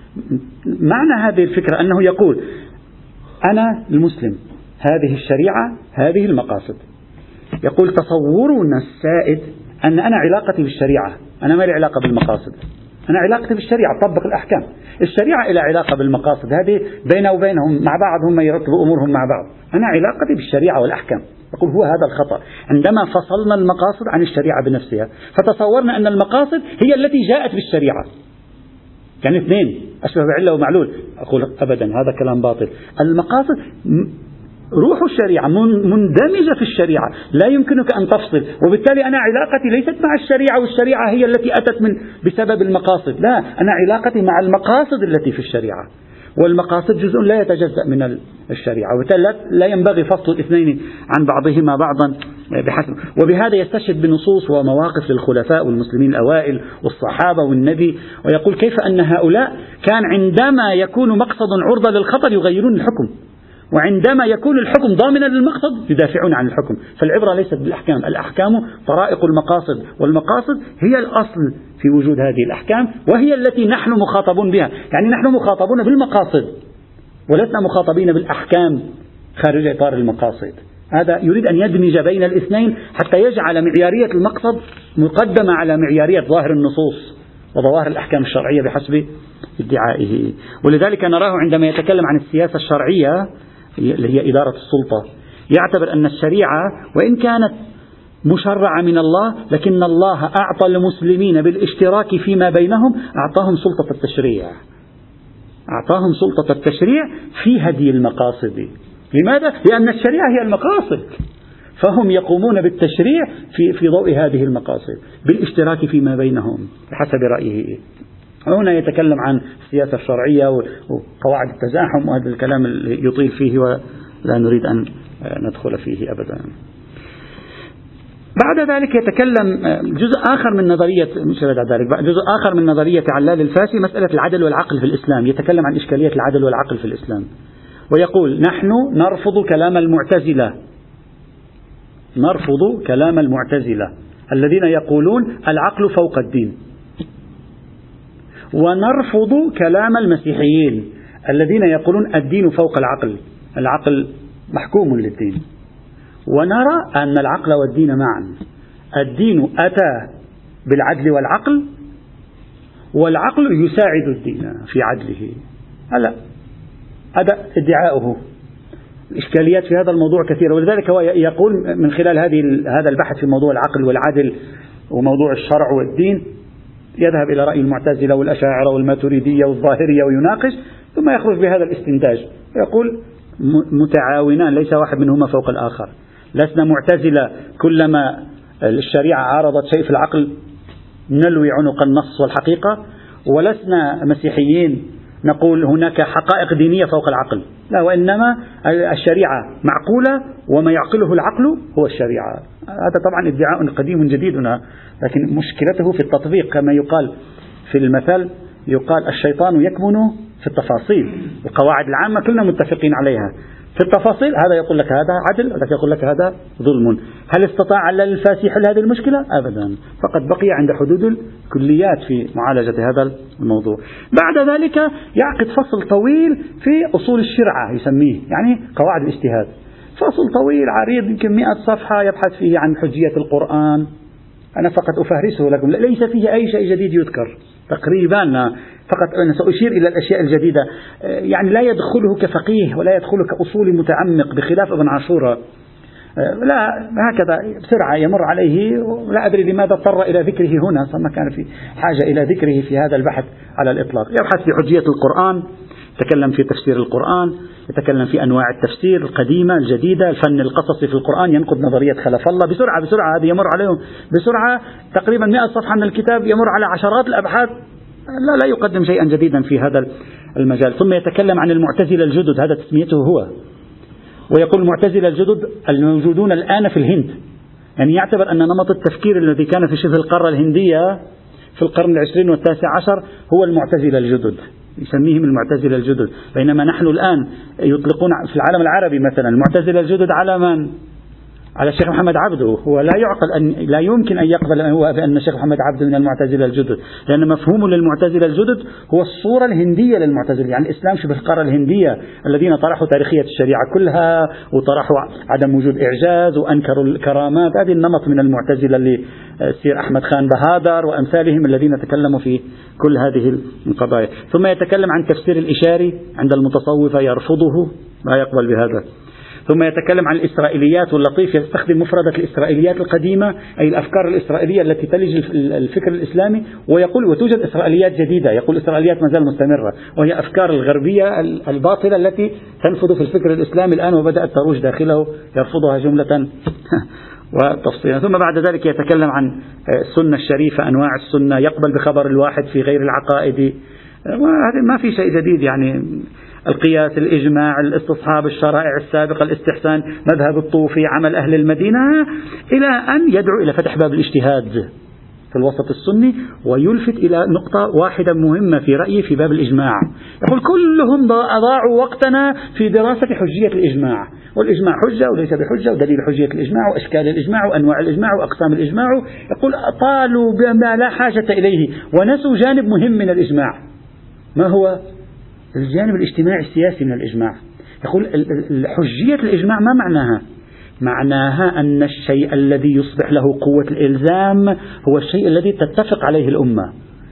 معنى هذه الفكرة أنه يقول أنا المسلم، هذه الشريعة، هذه المقاصد. يقول تصورنا السائد أن أنا علاقتي بالشريعة، أنا ما لي علاقة بالمقاصد، أنا علاقتي بالشريعة، طبق الأحكام. الشريعة إلى علاقة بالمقاصد، هذه بينه وبينهم مع بعض، هم يرتبوا أمورهم مع بعض. أنا علاقتي بالشريعة والأحكام. يقول هو هذا الخطأ، عندما فصلنا المقاصد عن الشريعة بنفسها، فتصورنا أن المقاصد هي التي جاءت بالشريعة. يعني اثنين أشبه بعلة ومعلول. أقول أبدا هذا كلام باطل. المقاصد روح الشريعة مندمجة في الشريعة، لا يمكنك أن تفصل. وبالتالي أنا علاقتي ليست مع الشريعة والشريعة هي التي أتت بسبب المقاصد، لا، أنا علاقتي مع المقاصد التي في الشريعة، والمقاصد جزء لا يتجزأ من الشريعة، وبالتالي لا ينبغي فصل الاثنين عن بعضهما بعضا بحسب. وبهذا يستشهد بنصوص ومواقف للخلفاء والمسلمين الأوائل والصحابة والنبي، ويقول كيف أن هؤلاء كان عندما يكون مقصد عرضة للخطر يغيرون الحكم، وعندما يكون الحكم ضامنا للمقصد يدافعون عن الحكم. فالعبرة ليست بالأحكام، الأحكام طرائق المقاصد، والمقاصد هي الأصل في وجود هذه الأحكام، وهي التي نحن مخاطبون بها. يعني نحن مخاطبون بالمقاصد ولسنا مخاطبين بالأحكام خارج إطار المقاصد. هذا يريد أن يدمج بين الاثنين حتى يجعل معيارية المقصد مقدمة على معيارية ظاهر النصوص وظواهر الأحكام الشرعية بحسب ادعائه. ولذلك نراه عندما يتكلم عن السياسة الشرعية اللي هي إدارة السلطة، يعتبر أن الشريعة وإن كانت مشرعة من الله، لكن الله أعطى المسلمين بالاشتراك فيما بينهم، أعطاهم سلطة التشريع، أعطاهم سلطة التشريع في هدي المقاصد. لماذا؟ لأن الشريعة هي المقاصد، فهم يقومون بالتشريع في ضوء هذه المقاصد بالاشتراك فيما بينهم بحسب رأيه. هنا يتكلم عن السياسة الشرعية وقواعد التزاحم، وهذا الكلام اللي يطيل فيه ولا نريد أن ندخل فيه أبدا. بعد ذلك يتكلم جزء آخر من نظرية علال الفاسي، مسألة العدل والعقل في الإسلام. يتكلم عن إشكالية العدل والعقل في الإسلام، ويقول نحن نرفض كلام المعتزلة الذين يقولون العقل فوق الدين، ونرفض كلام المسيحيين الذين يقولون الدين فوق العقل محكوم للدين. ونرى أن العقل والدين معا، الدين أتى بالعدل والعقل، والعقل يساعد الدين في عدله. هذا ادعاؤه. الإشكاليات في هذا الموضوع كثيرة، ولذلك هو يقول من خلال هذا البحث في موضوع العقل والعدل وموضوع الشرع والدين يذهب إلى رأي المعتزلة والأشاعرة والماتريدية والظاهرية ويناقش، ثم يخرج بهذا الاستنتاج. يقول متعاونان ليس واحد منهما فوق الآخر. لسنا معتزلة كلما الشريعة عارضت شيء في العقل نلوي عنق النص والحقيقة، ولسنا مسيحيين نقول هناك حقائق دينية فوق العقل، لا، وإنما الشريعة معقولة وما يعقله العقل هو الشريعة. هذا طبعا ادعاء قديم جديد هنا، لكن مشكلته في التطبيق. كما يقال في المثل، يقال الشيطان يكمن في التفاصيل. القواعد العامة كلنا متفقين عليها، في التفاصيل هذا يقول لك هذا عدل، هذا يقول لك هذا ظلم. هل استطاع علال الفاسي حل هذه المشكلة؟ أبدا، فقد بقي عند حدود الكليات في معالجة هذا الموضوع. بعد ذلك يعقد فصل طويل في أصول الشرعة يسميه، يعني قواعد الاجتهاد. فصل طويل عريض يمكن 100 صفحة يبحث فيه عن حجية القرآن. أنا فقط أفهرسه لكم، ليس فيه أي شيء جديد يذكر تقريبا، فقط أنا سأشير إلى الأشياء الجديدة. يعني لا يدخله كفقيه ولا يدخله كأصول متعمق بخلاف ابن عاشوراء، لا، هكذا بسرعة يمر عليه. لا أدري لماذا اضطر إلى ذكره هنا، ما كان في حاجة إلى ذكره في هذا البحث على الإطلاق. يبحث في حجية القرآن، يتكلم في تفسير القرآن، يتكلم في أنواع التفسير القديمة الجديدة، الفن القصصي في القرآن، ينقد نظرية خلف الله. بسرعة هذه يمر عليهم بسرعة، تقريبا 100 صفحة من الكتاب يمر على عشرات الأبحاث، لا يقدم شيئا جديدا في هذا المجال. ثم يتكلم عن المعتزلة الجدد، هذا تسميته هو، ويقول المعتزلة الجدد الموجودون الآن في الهند. يعني يعتبر أن نمط التفكير الذي كان في شبه القارة الهندية في القرن العشرين والتاسع عشر هو المعتزلة الجدد، يسميهم المعتزلة الجدد. بينما نحن الآن يطلقون في العالم العربي مثلا المعتزلة الجدد على من؟ على الشيخ محمد عبده. هو لا يمكن أن يقبل هو بأن الشيخ محمد عبده من المعتزلة الجدد، لأن مفهوم للمعتزلة الجدد هو الصورة الهندية للمعتزلة، يعني الإسلام شبه القارة الهندية الذين طرحوا تاريخية الشريعة كلها وطرحوا عدم وجود إعجاز وأنكروا الكرامات. هذه النمط من المعتزلة اللي سير أحمد خان بهادر وأمثالهم الذين تكلموا في كل هذه القضايا. ثم يتكلم عن تفسير الإشاري عند المتصوفة، يرفضه، لا يقبل بهذا. ثم يتكلم عن الإسرائيليات، واللطيف يستخدم مفردة الإسرائيليات القديمة، أي الأفكار الإسرائيلية التي تلج الفكر الإسلامي، ويقول وتوجد إسرائيليات جديدة، يقول إسرائيليات ما زال مستمرة، وهي أفكار الغربية الباطلة التي تنفذ في الفكر الإسلامي الآن وبدأت تروج داخله، يرفضها جملة وتفصيلا. ثم بعد ذلك يتكلم عن السنة الشريفة، أنواع السنة، يقبل بخبر الواحد في غير العقائد، وهذا ما في شيء جديد، يعني القياس، الإجماع، الاستصحاب، الشرائع السابقة، الاستحسان، مذهب الطوفي، عمل أهل المدينة، إلى أن يدعو إلى فتح باب الاجتهاد في الوسط السني، ويلفت إلى نقطة واحدة مهمة في رأيي في باب الإجماع. يقول كلهم أضاعوا وقتنا في دراسة حجية الإجماع، والإجماع حجة وليس بحجة، ودليل حجية الإجماع، وأشكال الإجماع، وأنواع الإجماع، وأقسام الإجماع. يقول طالوا بما لا حاجة إليه، ونسوا جانب مهم من الإجماع. ما هو؟ الجانب الاجتماعي السياسي من الإجماع. يقول حجية الإجماع ما معناها؟ معناها أن الشيء الذي يصبح له قوة الإلزام هو الشيء الذي تتفق عليه الأمة،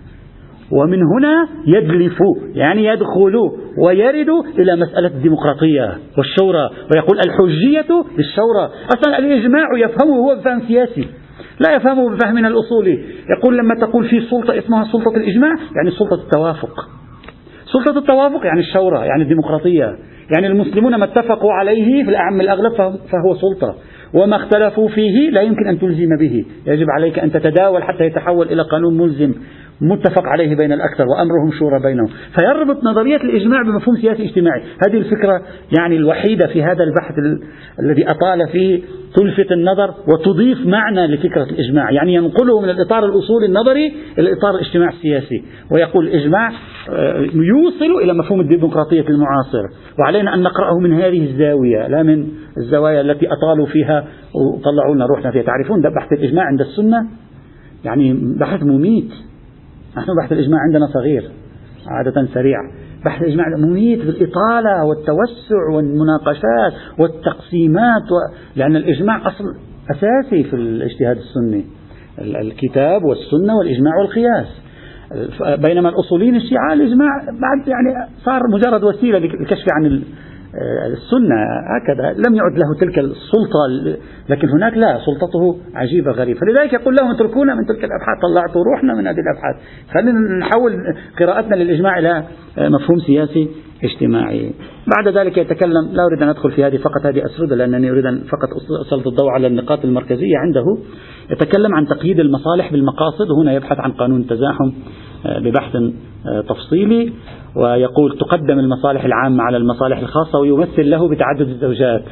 ومن هنا يدلف، يعني يدخل ويرد إلى مسألة الديمقراطية والشورى، ويقول الحجية للشورى. أصلا الإجماع يفهمه هو بفهم سياسي، لا يفهمه بفهمنا الأصولي. يقول لما تقول في سلطة اسمها سلطة الإجماع، يعني سلطة التوافق. سلطة التوافق يعني الشورى، يعني الديمقراطية، يعني المسلمون ما اتفقوا عليه في الأعم الأغلب فهو سلطة، وما اختلفوا فيه لا يمكن أن تلزم به، يجب عليك أن تتداول حتى يتحول إلى قانون ملزم متفق عليه بين الأكثر وأمرهم شورى بينهم، فيربط نظرية الإجماع بمفهوم سياسي اجتماعي. هذه الفكرة يعني الوحيدة في هذا البحث الذي أطال فيه تلفت النظر وتضيف معنى لفكرة الإجماع، يعني ينقله من الإطار الأصولي النظري إلى الإطار الاجتماع السياسي، ويقول الإجماع يوصل إلى مفهوم الديمقراطية المعاصرة، وعلينا أن نقرأه من هذه الزاوية لا من الزوايا التي أطالوا فيها وطلعوا لنا روحنا فيها. تعرفون ده بحث الإجماع عند السنة يعني بحث مميت. نحن بحث الإجماع عندنا صغير عادة سريع، بحث الإجماع مميت بالإطالة والتوسع والمناقشات والتقسيمات لأن الإجماع أصل أساسي في الاجتهاد السني، الكتاب والسنة والإجماع والقياس، بينما الأصوليين الشيعة الإجماع بعد يعني صار مجرد وسيلة للكشف عن السنة، هكذا لم يعد له تلك السلطة، لكن هناك لا، سلطته عجيبة غريبة، فلذلك يقول لهم اتركونا من تلك الأبحاث، طلعتوا روحنا من هذه الأبحاث، خلينا نحول قراءتنا للإجماع إلى مفهوم سياسي اجتماعي. بعد ذلك يتكلم، لا أريد أن أدخل في هذه فقط، هذه أسردة لأنني أريد أن فقط أسلط الضوء على النقاط المركزية عنده. يتكلم عن تقييد المصالح بالمقاصد، وهنا يبحث عن قانون التزاحم ببحث تفصيلي، ويقول تقدم المصالح العامة على المصالح الخاصة ويمثل له بتعدد الزوجات.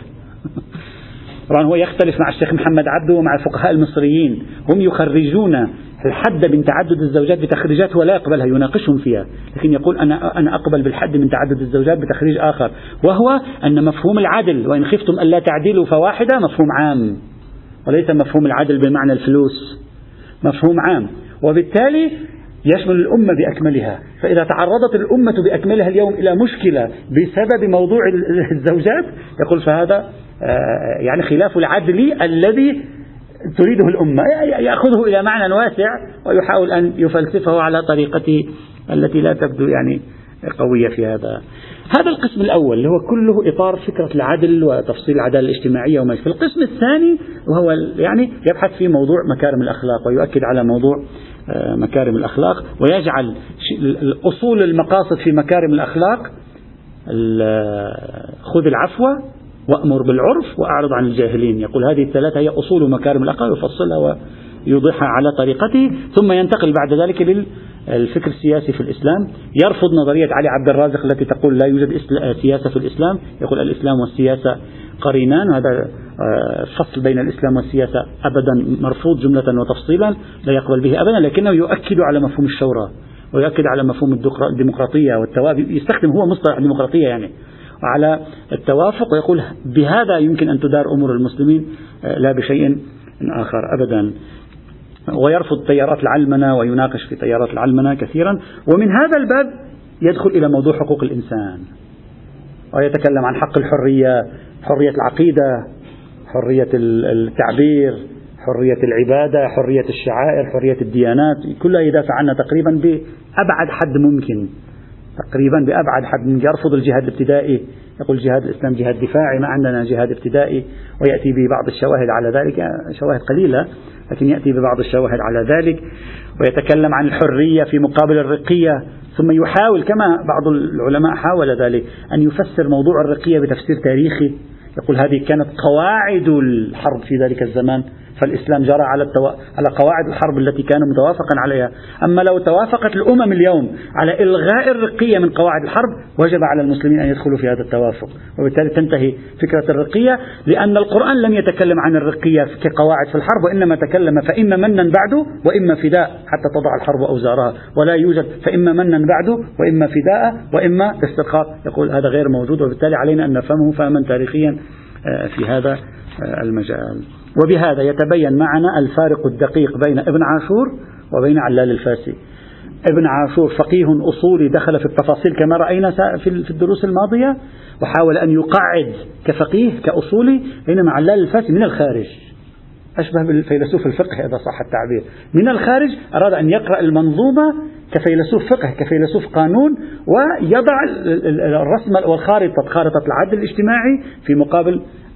طبعا هو يختلف مع الشيخ محمد عبده ومع الفقهاء المصريين، هم يخرجون الحد من تعدد الزوجات بتخريجات ولا يقبلها، يناقشهم فيها، لكن يقول أنا أقبل بالحد من تعدد الزوجات بتخريج آخر، وهو أن مفهوم العدل وإن خفتم ألا تعدلوا فواحدة مفهوم عام، وليس مفهوم العدل بمعنى الفلوس، مفهوم عام، وبالتالي يشمل الأمة بأكملها. فإذا تعرضت الأمة بأكملها اليوم إلى مشكلة بسبب موضوع الزوجات، يقول فهذا يعني خلاف العدل الذي تريده الأمة، يأخذه إلى معنى واسع ويحاول أن يفلسفه على طريقته التي لا تبدو يعني قوية في هذا القسم الأول اللي هو كله إطار فكرة العدل وتفصيل العدالة الاجتماعية وما. في القسم الثاني وهو يعني يبحث في موضوع مكارم الأخلاق، ويؤكد على موضوع مكارم الأخلاق، ويجعل أصول المقاصد في مكارم الأخلاق خذ العفو وأمر بالعرف وأعرض عن الجاهلين. يقول هذه الثلاثة هي أصول مكارم الأخلاق، يفصلها ويوضحها على طريقته، ثم ينتقل بعد ذلك للفكر السياسي في الإسلام. يرفض نظرية علي عبد الرازق التي تقول لا يوجد سياسة في الإسلام، يقول الإسلام والسياسة قرينان، هذا الفصل بين الإسلام والسياسة أبدا مرفوض جملة وتفصيلا، لا يقبل به أبدا، لكنه يؤكد على مفهوم الشورى ويؤكد على مفهوم الديمقراطية والتوافق، يستخدم هو مصطلح الديمقراطية يعني، وعلى التوافق، ويقول بهذا يمكن أن تدار أمور المسلمين لا بشيء آخر أبدا. ويرفض تيارات العلمنة ويناقش في تيارات العلمنة كثيرا. ومن هذا الباب يدخل إلى موضوع حقوق الإنسان، ويتكلم عن حق الحرية، حرية العقيدة، حرية التعبير، حرية العبادة، حرية الشعائر، حرية الديانات، كلها يدافع عنها تقريبا بأبعد حد ممكن، تقريبا بأبعد حد ممكن. يرفض الجهاد الابتدائي، يقول جهاد الإسلام جهاد دفاعي، ما عندنا جهاد ابتدائي، ويأتي ببعض الشواهد على ذلك، شواهد قليلة لكن يأتي ببعض الشواهد على ذلك. ويتكلم عن الحرية في مقابل الرقية، ثم يحاول كما بعض العلماء حاول ذلك أن يفسر موضوع الرقية بتفسير تاريخي، يقول هذه كانت قواعد الحرب في ذلك الزمان، فالإسلام جرى على قواعد الحرب التي كان متوافقا عليها. أما لو توافقت الأمم اليوم على إلغاء الرقية من قواعد الحرب، وجب على المسلمين أن يدخلوا في هذا التوافق، وبالتالي تنتهي فكرة الرقية، لأن القرآن لم يتكلم عن الرقية كقواعد في الحرب، وإنما تكلم فإما منا بعد وإما فداء حتى تضع الحرب أوزارها، ولا يوجد فإما منا بعد وإما فداء وإما استرقاق، يقول هذا غير موجود، وبالتالي علينا أن نفهمه فهما تاريخيا في هذا المجال. وبهذا يتبين معنا الفارق الدقيق بين ابن عاشور وبين علال الفاسي. ابن عاشور فقيه أصولي دخل في التفاصيل كما رأينا في الدروس الماضية، وحاول أن يقعد كفقيه كأصولي، بينما علال الفاسي من الخارج، أشبه بالفيلسوف الفقه إذا صح التعبير، من الخارج أراد أن يقرأ المنظومة كفيلسوف فقه، كفيلسوف قانون، ويضع الرسم والخارطة، خارطة العدل الاجتماعي في مقابل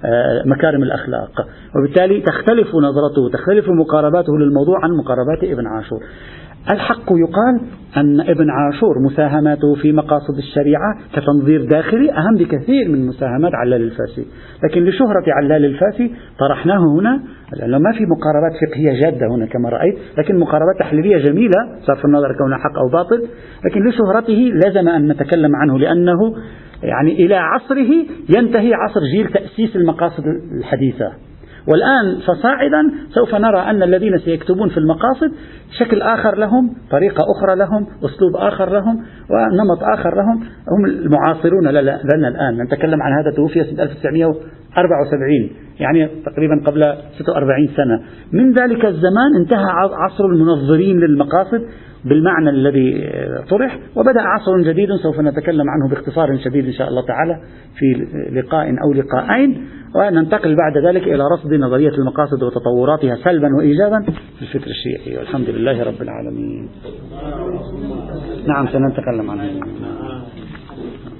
مكارم الأخلاق، وبالتالي تختلف نظرته تختلف مقارباته للموضوع عن مقاربات ابن عاشور. الحق يقال أن ابن عاشور مساهماته في مقاصد الشريعة كتنظير داخلي أهم بكثير من مساهمات علال الفاسي، لكن لشهرة علال الفاسي طرحناه هنا، لأنه ما في مقاربات فقهية جادة هنا كما رأيت، لكن مقاربات تحليلية جميلة صرف النظر كونها حق أو باطل، لكن لشهرته لازم أن نتكلم عنه، لأنه يعني إلى عصره ينتهي عصر جيل تأسيس المقاصد الحديثة، والآن فصاعدا سوف نرى أن الذين سيكتبون في المقاصد شكل آخر لهم، طريقة أخرى لهم، أسلوب آخر لهم، ونمط آخر لهم، هم المعاصرون لنا الآن. نتكلم عن هذا توفي سنة 1974، يعني تقريبا قبل 46 سنة. من ذلك الزمان انتهى عصر المنظرين للمقاصد بالمعنى الذي طرح، وبدأ عصر جديد سوف نتكلم عنه باختصار شديد إن شاء الله تعالى في لقاء أو لقاءين، وننتقل بعد ذلك إلى رصد نظرية المقاصد وتطوراتها سلبا وإيجابا في الفكر الشيعي، والحمد لله رب العالمين. نعم سنتكلم عنه.